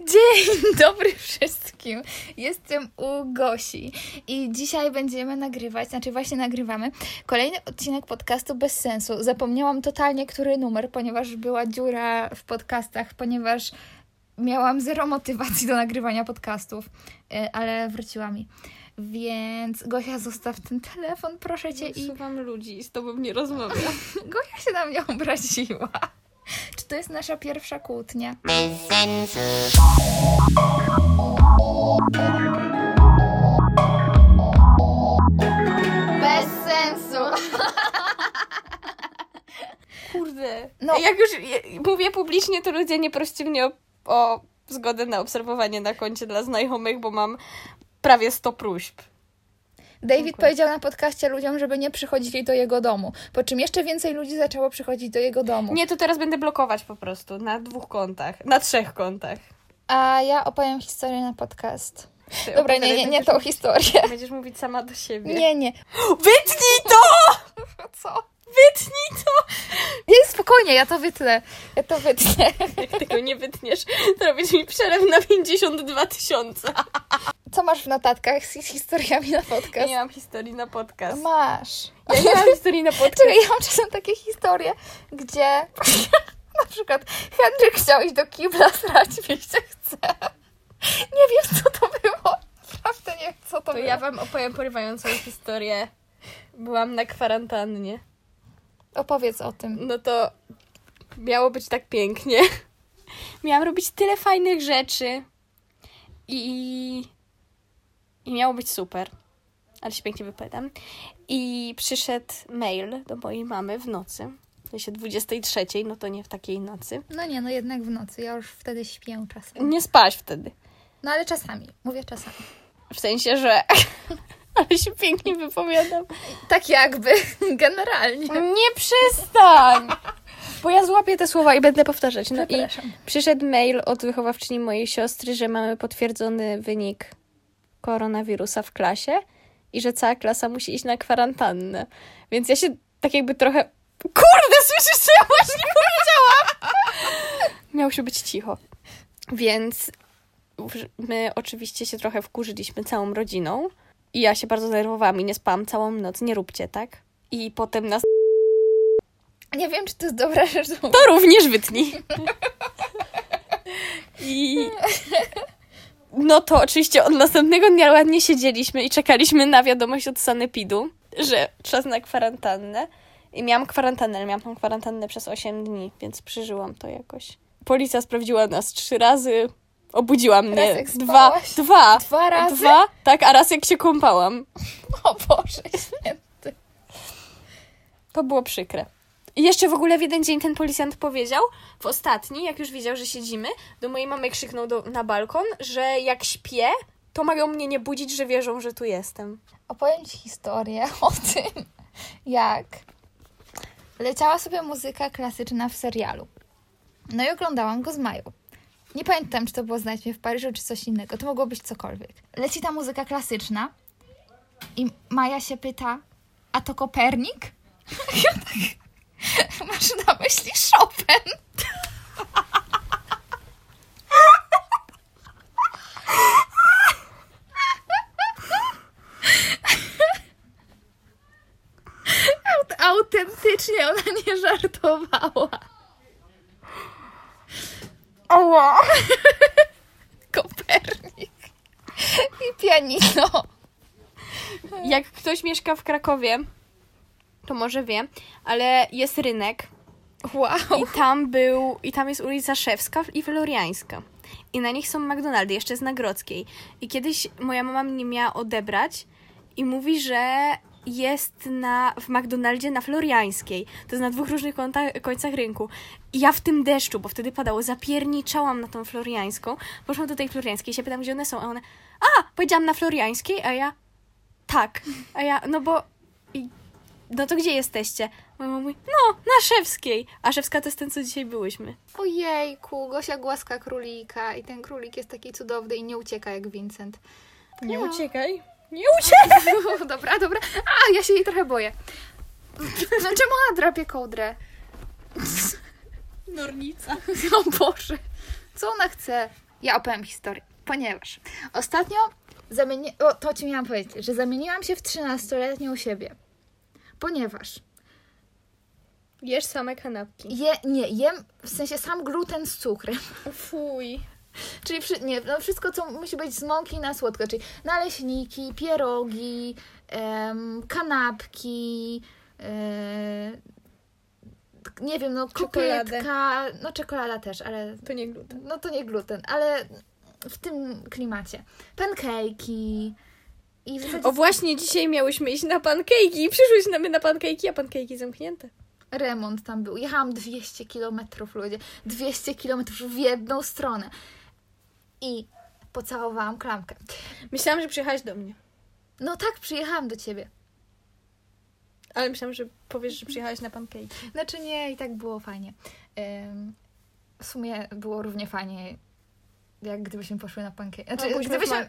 Dzień dobry wszystkim. Jestem u Gosi i dzisiaj będziemy nagrywać, właśnie nagrywamy kolejny odcinek podcastu Bez Sensu. Zapomniałam totalnie, który numer, ponieważ była dziura w podcastach, ponieważ miałam zero motywacji do nagrywania podcastów, ale wróciła mi. Więc Gosia, zostaw ten telefon, proszę cię. Słucham ludzi i z tobą nie rozmawiam. Gosia się na mnie obraziła. Czy to jest nasza pierwsza kłótnia? Bez sensu. Kurde. No. Jak już mówię publicznie, to ludzie nie proście mnie o zgodę na obserwowanie na koncie dla znajomych, bo mam prawie 100 próśb. David powiedział na podcaście ludziom, żeby nie przychodzili do jego domu, po czym jeszcze więcej ludzi zaczęło przychodzić do jego domu. Nie, to teraz będę blokować po prostu na 2 kontach, na 3 kontach. A ja opowiem historię na podcast. Dobra, nie tą historię. Będziesz mówić sama do siebie. Nie. Wytnij to! Co? Wytnij to! Nie, spokojnie, ja to wytnę. Jak tego nie wytniesz, to robisz mi przelew na 52 000. Co masz w notatkach z historiami na podcast? Ja nie mam historii na podcast. Masz. Ja nie mam historii na podcast. Czekaj, ja mam czasem takie historie, gdzie na przykład Henryk chciał iść do kibla, srać mi się chce. Nie wiem, co to było. Naprawdę nie wiem, co to było. Ja wam opowiem porywającą historię. Byłam na kwarantannie. Opowiedz o tym. No to miało być tak pięknie. Miałam robić tyle fajnych rzeczy. I miało być super. Ale się pięknie wypowiadam. I przyszedł mail do mojej mamy w nocy. To się 23, no to nie w takiej nocy. No jednak w nocy. Ja już wtedy śpię czasem. Nie spałaś wtedy. No ale czasami. Mówię czasami. W sensie, że... Ale się pięknie wypowiadam. Tak jakby. Generalnie. Nie przestań! Bo ja złapię te słowa i będę powtarzać. No i przyszedł mail od wychowawczyni mojej siostry, że mamy potwierdzony wynik koronawirusa w klasie i że cała klasa musi iść na kwarantannę. Więc ja się tak jakby trochę... Kurde, słyszysz, co ja właśnie powiedziałam? Miało się być cicho. Więc my oczywiście się trochę wkurzyliśmy całą rodziną i ja się bardzo zdenerwowałam i nie spałam całą noc. Nie róbcie tak. I potem nas... Nie wiem, czy to jest dobra rzecz. To również wytnij. I... No to oczywiście od następnego dnia ładnie siedzieliśmy i czekaliśmy na wiadomość od sanepidu, że czas na kwarantannę. I miałam kwarantannę, ale miałam tą kwarantannę przez 8 dni, więc przeżyłam to jakoś. Policja sprawdziła nas 3 razy, obudziła mnie jak 2 razy? 2, tak, a raz jak się kąpałam. O Boże święty. To było przykre. I jeszcze w ogóle w jeden dzień ten policjant powiedział, w ostatni, jak już wiedział, że siedzimy, do mojej mamy krzyknął na balkon, że jak śpię, to mają mnie nie budzić, że wierzą, że tu jestem. Opowiem ci historię o tym, jak leciała sobie muzyka klasyczna w serialu. No i oglądałam go z Mają. Nie pamiętam, czy to było Znajdź mnie w Paryżu, czy coś innego. To mogło być cokolwiek. Leci ta muzyka klasyczna i Maja się pyta, a to Kopernik? Ja tak... Masz na myśli Chopin? Autentycznie ona nie żartowała. Ała! Kopernik i pianino. Jak ktoś mieszka w Krakowie, to może wie, ale jest rynek. Wow. I tam jest ulica Szewska i Floriańska. I na nich są McDonaldy, jeszcze z Nagrodzkiej. I kiedyś moja mama mnie miała odebrać i mówi, że jest w McDonaldzie na Floriańskiej. To jest na 2 różnych końcach rynku. I ja w tym deszczu, bo wtedy padało, zapierniczałam na tą Floriańską. Poszłam do tej Floriańskiej i się pytam, gdzie one są. A one, powiedziałam na Floriańskiej, a ja, tak. A ja, no to gdzie jesteście? Moja mama mówi, na Szewskiej. A Szewska to jest ten, co dzisiaj byłyśmy. Ojejku, Gosia głaska królika i ten królik jest taki cudowny i nie ucieka jak Vincent. Nie uciekaj. Nie uciekaj! Dobra. A, ja się jej trochę boję. No czemu ona drapie kołdrę? Nornica. O Boże. Co ona chce? Ja opowiem historię, ponieważ ostatnio to ci miałam powiedzieć, że zamieniłam się w 13-letnią siebie. Ponieważ jesz same kanapki. jem w sensie sam gluten z cukrem. Fuj. Czyli wszystko, co musi być z mąki na słodko, czyli naleśniki, pierogi, kanapki, nie wiem, kokietka, czekolada też, ale... To nie gluten. No to nie gluten, ale w tym klimacie. Pancake'i i w zasadzie... O właśnie, dzisiaj miałyśmy iść na pankejki i przyszłyśmy na pankejki, a pankejki zamknięte. Remont tam był. Jechałam 200 kilometrów, ludzie. 200 kilometrów w jedną stronę. I pocałowałam klamkę. Myślałam, że przyjechałaś do mnie. No tak, przyjechałam do ciebie. Ale myślałam, że powiesz, że przyjechałaś na pankejki. Znaczy nie, i tak było fajnie. W sumie było równie fajnie, jak gdybyśmy poszły na pankejki. Znaczy,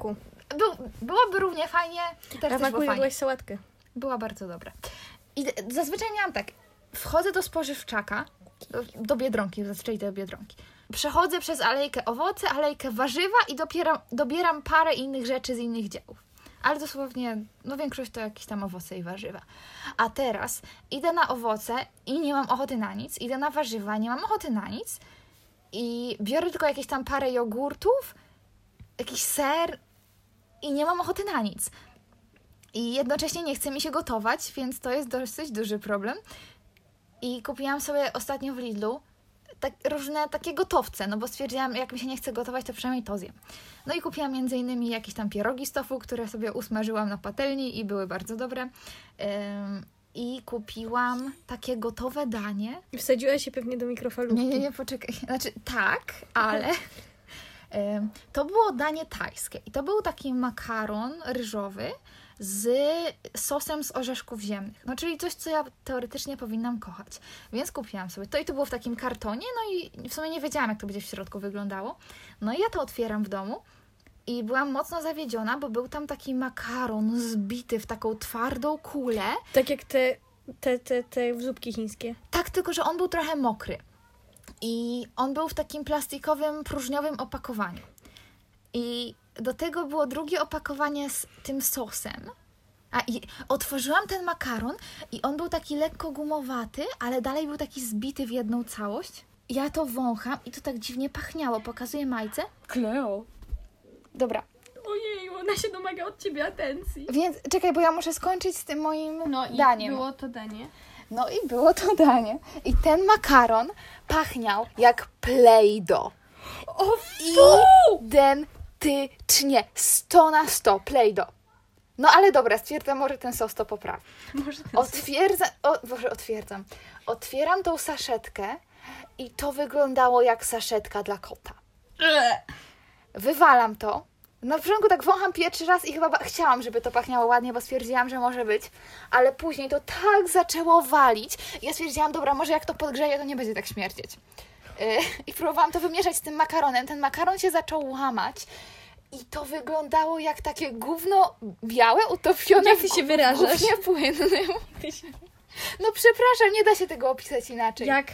byłoby równie fajnie. A w jadłaś sałatkę. Była bardzo dobra. I zazwyczaj miałam tak, wchodzę do spożywczaka, do Biedronki, zazwyczaj do Biedronki. Przechodzę przez alejkę owoce, alejkę warzywa i dobieram parę innych rzeczy z innych działów. Ale dosłownie, większość to jakieś tam owoce i warzywa. A teraz idę na owoce i nie mam ochoty na nic, idę na warzywa, nie mam ochoty na nic i biorę tylko jakieś tam parę jogurtów, jakiś ser i nie mam ochoty na nic. I jednocześnie nie chce mi się gotować, więc to jest dosyć duży problem. I kupiłam sobie ostatnio w Lidlu różne takie gotowce, bo stwierdziłam, jak mi się nie chce gotować, to przynajmniej to zjem. No i kupiłam m.in. jakieś tam pierogi z tofu, które sobie usmażyłam na patelni i były bardzo dobre. I kupiłam takie gotowe danie. I wsadziłaś się pewnie do mikrofalówki. Nie, poczekaj. Znaczy tak, ale to było danie tajskie. I to był taki makaron ryżowy z sosem z orzeszków ziemnych. Czyli coś, co ja teoretycznie powinnam kochać. Więc kupiłam sobie to i to było w takim kartonie, i w sumie nie wiedziałam, jak to będzie w środku wyglądało. No i ja to otwieram w domu i byłam mocno zawiedziona, bo był tam taki makaron zbity w taką twardą kulę. Tak jak te zupki chińskie. Tak, tylko że on był trochę mokry. I on był w takim plastikowym, próżniowym opakowaniu. I do tego było drugie opakowanie z tym sosem. I otworzyłam ten makaron i on był taki lekko gumowaty, ale dalej był taki zbity w jedną całość. Ja to wącham i to tak dziwnie pachniało. Pokazuję Majce. Kleo. Dobra. Ojej, ona się domaga od ciebie atencji. Więc czekaj, bo ja muszę skończyć z tym moim daniem. Było to danie. No i było to danie. I ten makaron pachniał jak Play-Doh. O, identycznie. 100 na 100 Play-Doh. No ale dobra, stwierdzam, może ten sos to poprawi. Otwieram tą saszetkę i to wyglądało jak saszetka dla kota. Wywalam to. Na początku tak wącham pierwszy raz i chyba chciałam, żeby to pachniało ładnie, bo stwierdziłam, że może być. Ale później to tak zaczęło walić. Ja stwierdziłam, dobra, może jak to podgrzeję, to nie będzie tak śmierdzieć. I próbowałam to wymieszać z tym makaronem. Ten makaron się zaczął łamać. I to wyglądało jak takie gówno białe, utopione jak ty się wyrażasz? w gównie płynnym. No przepraszam, nie da się tego opisać inaczej. Jak?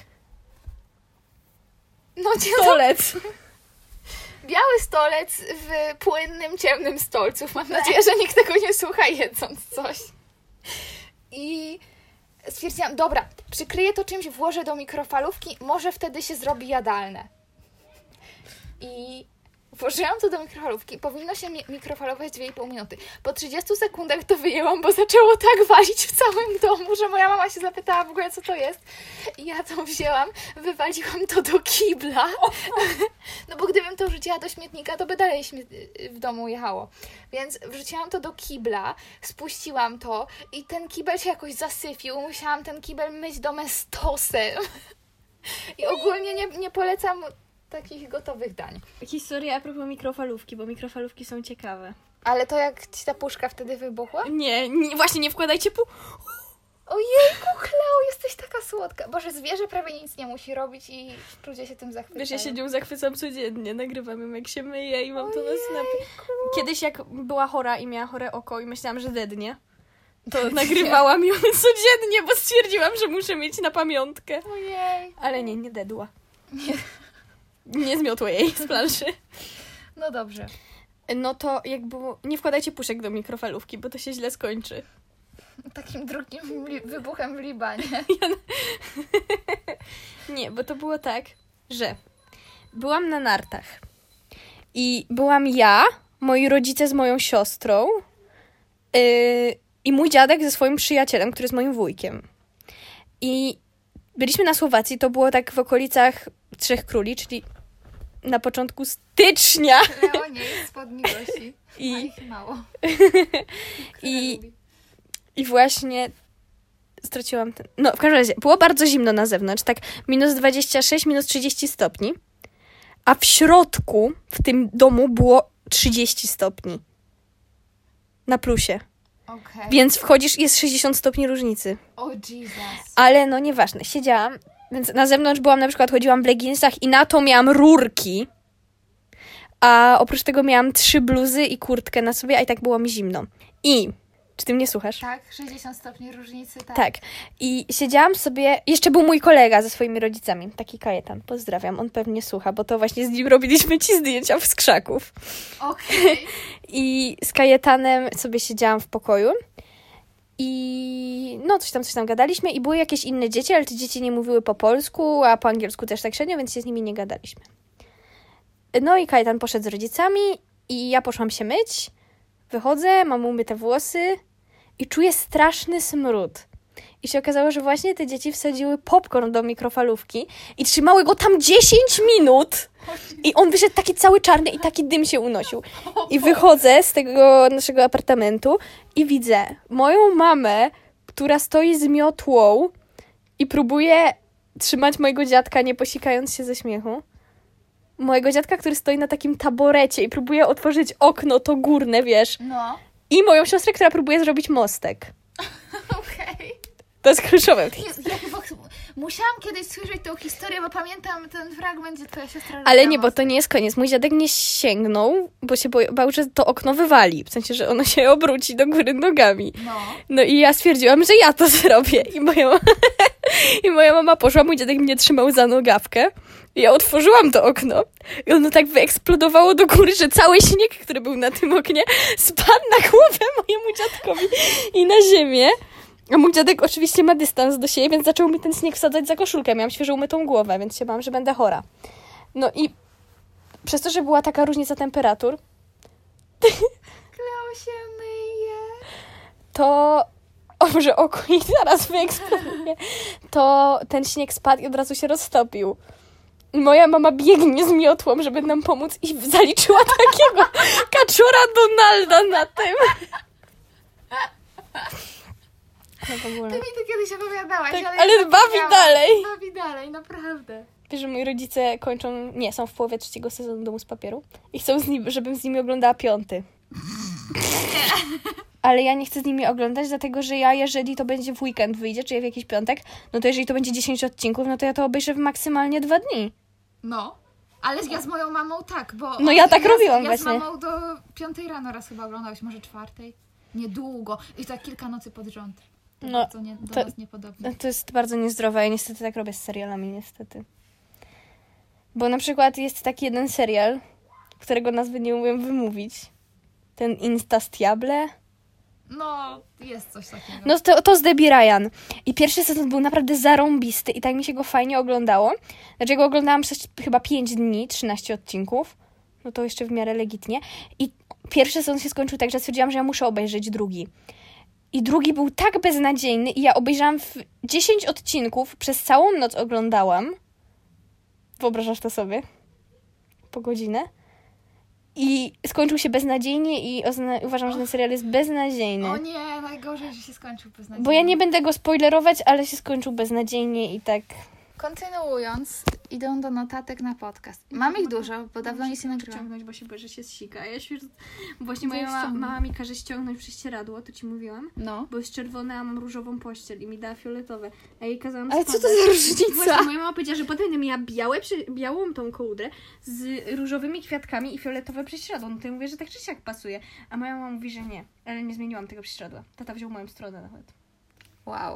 Stolec. Biały stolec w płynnym, ciemnym stolcu. Mam nadzieję, że nikt tego nie słucha, jedząc coś. I stwierdziłam, dobra, przykryję to czymś, włożę do mikrofalówki, może wtedy się zrobi jadalne. I włożyłam to do mikrofalówki. Powinno się mikrofalować 2,5 minuty. Po 30 sekundach to wyjęłam, bo zaczęło tak walić w całym domu, że moja mama się zapytała w ogóle, co to jest. I ja to wzięłam, wywaliłam to do kibla. No bo gdybym to wrzuciła do śmietnika, to by dalej w domu jechało. Więc wrzuciłam to do kibla, spuściłam to i ten kibel się jakoś zasyfił. Musiałam ten kibel myć domestosem. I ogólnie nie polecam takich gotowych dań. Historia a propos mikrofalówki, bo mikrofalówki są ciekawe. Ale to jak ci ta puszka wtedy wybuchła? Nie, właśnie nie wkładajcie Ojejku, Kleo, jesteś taka słodka. Boże, zwierzę prawie nic nie musi robić i ludzie się tym zachwycają. Wiesz, ja się nią zachwycam codziennie, nagrywam ją jak się myje i mam to na snapie. Kiedyś jak była chora i miała chore oko i myślałam, że dednie, to nagrywałam ją codziennie, bo stwierdziłam, że muszę mieć na pamiątkę. Ojej. Ale nie dedła. Nie zmiotło jej z planszy. było dobrze. No to jak było... Nie wkładajcie puszek do mikrofalówki, bo to się źle skończy. Takim drugim wybuchem w Libanie. Nie, bo to było tak, że byłam na nartach i byłam ja, moi rodzice z moją siostrą i mój dziadek ze swoim przyjacielem, który jest moim wujkiem. I byliśmy na Słowacji, to było tak w okolicach Trzech Króli, czyli na początku stycznia. Leonie jest spodni Gosi. Ma ich mało. I właśnie straciłam ten... No, w każdym razie, było bardzo zimno na zewnątrz, tak minus 26, minus 30 stopni, a w środku, w tym domu było 30 stopni. Na plusie. Okay. Więc wchodzisz i jest 60 stopni różnicy. O Jesus. Ale no nieważne, siedziałam, więc na zewnątrz byłam, na przykład chodziłam w leginsach i na to miałam rurki, a oprócz tego miałam 3 bluzy i kurtkę na sobie, a i tak było mi zimno. Czy ty mnie słuchasz? Tak, 60 stopni różnicy, tak. Tak. I siedziałam sobie... Jeszcze był mój kolega ze swoimi rodzicami. Taki Kajetan. Pozdrawiam. On pewnie słucha, bo to właśnie z nim robiliśmy ci zdjęcia z krzaków. Okej. I z Kajetanem sobie siedziałam w pokoju. I no coś tam gadaliśmy. I były jakieś inne dzieci, ale te dzieci nie mówiły po polsku, a po angielsku też tak średnio, więc się z nimi nie gadaliśmy. No i Kajetan poszedł z rodzicami i ja poszłam się myć. Wychodzę, mam umyte włosy i czuję straszny smród. I się okazało, że właśnie te dzieci wsadziły popcorn do mikrofalówki i trzymały go tam 10 minut. I on wyszedł taki cały czarny i taki dym się unosił. I wychodzę z tego naszego apartamentu i widzę moją mamę, która stoi z miotłą i próbuje trzymać mojego dziadka, nie posikając się ze śmiechu. Mojego dziadka, który stoi na takim taborecie i próbuje otworzyć okno, to górne, wiesz. No. I moją siostrę, która próbuje zrobić mostek. Okej. To jest kluczowe. Ja chyba musiałam kiedyś słyszeć tą historię, bo pamiętam ten fragment, gdzie twoja siostra... Ale nie, bo to nie jest koniec. Mój dziadek nie sięgnął, bo się bał, że to okno wywali. W sensie, że ono się obróci do góry nogami. No. No i ja stwierdziłam, że ja to zrobię. I moja mama poszła, mój dziadek mnie trzymał za nogawkę. Ja otworzyłam to okno i ono tak wyeksplodowało do góry, że cały śnieg, który był na tym oknie, spadł na głowę mojemu dziadkowi i na ziemię. A mój dziadek oczywiście ma dystans do siebie, więc zaczął mi ten śnieg wsadzać za koszulkę. Miałam świeżo umytą głowę, więc się bałam, że będę chora. No i przez to, że była taka różnica temperatur, Kleo się myje. to... O Boże, oko i zaraz wyeksploduje. To ten śnieg spadł i od razu się roztopił. I moja mama biegnie z miotłą, żeby nam pomóc i zaliczyła takiego kaczora Donalda na tym. No w ogóle. Ty mi to kiedyś opowiadałaś, Tak, ale ale ja bawi dalej. Bawi dalej, naprawdę. Wiesz, że moi rodzice są w połowie 3. sezonu Domu z Papieru i chcą żebym z nimi oglądała 5. Ale ja nie chcę z nimi oglądać, dlatego że jeżeli to będzie w weekend wyjdzie, czyli w jakiś piątek, no to jeżeli to będzie 10 odcinków, no to ja to obejrzę w maksymalnie 2 dni. No. Ale ja z moją mamą tak, bo... No ja tak robiłam właśnie. Ja z mamą do 5 rano raz chyba oglądałeś, może 4. Niedługo. I tak kilka nocy pod rząd. To No, bardzo do nas niepodobne. To jest bardzo niezdrowe. Ja niestety tak robię z serialami, niestety. Bo na przykład jest taki jeden serial, którego nazwy nie umiem wymówić. Ten Instastiable. No, jest coś takiego. No to z Debbie Ryan. I pierwszy sezon był naprawdę zarąbisty i tak mi się go fajnie oglądało. Znaczy, go oglądałam przez chyba 5 dni, 13 odcinków. No to jeszcze w miarę legitnie. I pierwszy sezon się skończył tak, że stwierdziłam, że ja muszę obejrzeć drugi. I drugi był tak beznadziejny i ja obejrzałam 10 odcinków, przez całą noc oglądałam. Wyobrażasz to sobie? Po godzinę. I skończył się beznadziejnie i uważam, że ten serial jest beznadziejny. O nie, najgorzej, że się skończył beznadziejnie. Bo ja nie będę go spoilerować, ale się skończył beznadziejnie i tak... Kontynuując, idą do notatek na podcast. Mam ich dużo, bo dawno nic nie nagrywam. ściągnąć, bo się boję, że się zsika. Ja się... Właśnie moja mama mi każe ściągnąć prześcieradło, to ci mówiłam. No. Bo jest czerwone, a mam różową pościel i mi dała fioletowe. A jej kazałam Ale spadać. co to za różnica? Właśnie moja mama powiedziała, że potem będę miała białą tą kołdrę z różowymi kwiatkami i fioletowe prześcieradło. No to ja mówię, że tak czy siak pasuje. A moja mama mówi, że nie. Ale nie zmieniłam tego prześcieradła. Tata wziął moją stronę nawet. Wow.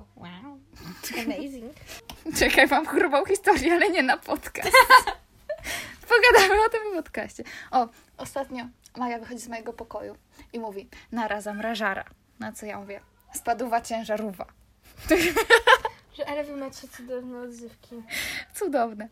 Amazing. Czekaj, mam grubą historię, ale nie na podcast. pogadamy o tym podcaście. O, ostatnio Maja wychodzi z mojego pokoju i mówi, nara zamrażara. Na co ja mówię, spaduwa ciężarówka. Ale wy macie cudowne odzywki. Cudowne.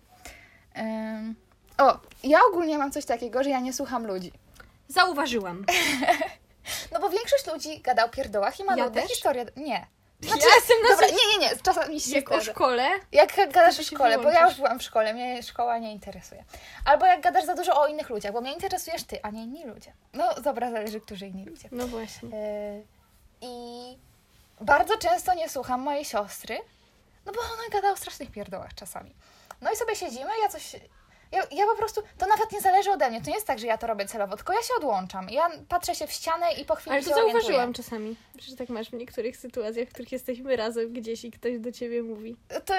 O, ja ogólnie mam coś takiego, że ja nie słucham ludzi. Zauważyłam. No bo większość ludzi gada o pierdołach i ma Ja nudne też? historie. Nie. Ja jestem na Dobra, nie. Czasami się Jak o zdarza. szkole. Jak gadasz o się szkole, bo ja wyłączasz. już byłam w szkole, mnie szkoła nie interesuje. Albo jak gadasz za dużo o innych ludziach, bo mnie interesujesz ty, a nie inni ludzie. No dobra, zależy, którzy inni ludzie. No właśnie. I bardzo często nie słucham mojej siostry, no bo ona gada o strasznych pierdołach czasami. No i sobie siedzimy, ja po prostu, to nawet nie zależy ode mnie, to nie jest tak, że ja to robię celowo, tylko ja się odłączam. Ja patrzę się w ścianę i po chwili Ale się to orientuję. zauważyłam czasami, że tak masz w niektórych sytuacjach, w których jesteśmy razem gdzieś i ktoś do ciebie mówi. To...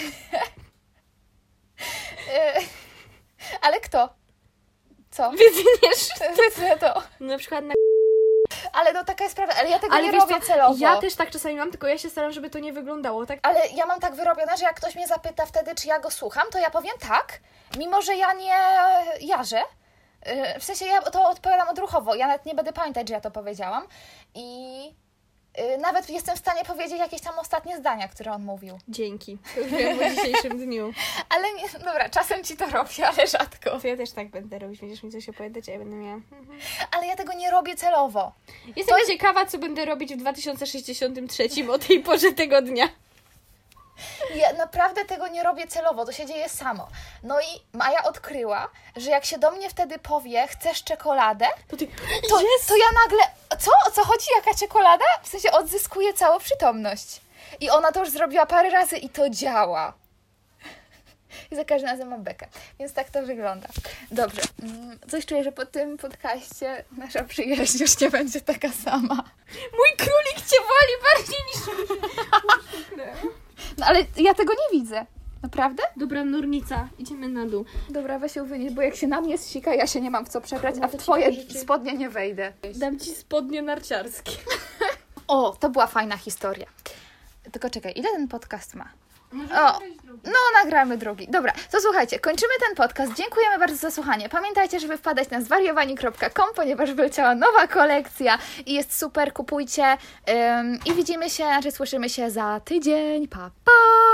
Ale kto? Co? Wytniesz. Wytnę to. Na przykład na... Ale no taka jest prawda, ale ja tego nie wiesz robię co, celowo. Ja też tak czasami mam, tylko ja się staram, żeby to nie wyglądało tak. Ale ja mam tak wyrobione, że jak ktoś mnie zapyta wtedy, czy ja go słucham, to ja powiem tak, mimo że ja nie jarzę. W sensie ja to odpowiadam odruchowo, ja nawet nie będę pamiętać, że ja to powiedziałam. I nawet jestem w stanie powiedzieć jakieś tam ostatnie zdania, które on mówił. Dzięki. To już wiem o dzisiejszym dniu. Ale nie, dobra, czasem ci to robię, ale rzadko. To ja też tak będę robić, będziesz mi coś opowiadać, a ja będę miała... Ale ja tego nie robię celowo. Jestem ciekawa, co będę robić w 2063 o tej porze tego dnia. Ja naprawdę tego nie robię celowo, to się dzieje samo. No i Maja odkryła, że jak się do mnie wtedy powie, chcesz czekoladę, To ty... to ja nagle, co? O co chodzi? Jaka czekolada? W sensie odzyskuję całą przytomność. I ona to już zrobiła parę razy i to działa. I za każdym razem mam bekę. Więc tak to wygląda. Dobrze. Coś czuję, że po tym podcaście nasza przyjaźń już nie będzie taka sama. Mój królik cię woli bardziej niż... No ale ja tego nie widzę. Naprawdę? Dobra, Nornica, idziemy na dół. Dobra, weź ją wynieść, bo jak się na mnie zsika, ja się nie mam w co przebrać, a w to ci twoje pożyczę. spodnie nie wejdę. Dam ci spodnie narciarskie. O, to była fajna historia. Tylko czekaj, ile ten podcast ma? No, nagramy drugi. Dobra, to słuchajcie, kończymy ten podcast. Dziękujemy bardzo za słuchanie. Pamiętajcie, żeby wpadać na zwariowani.com, ponieważ wyleciała nowa kolekcja i jest super, kupujcie. I widzimy się, słyszymy się za tydzień. Pa, pa!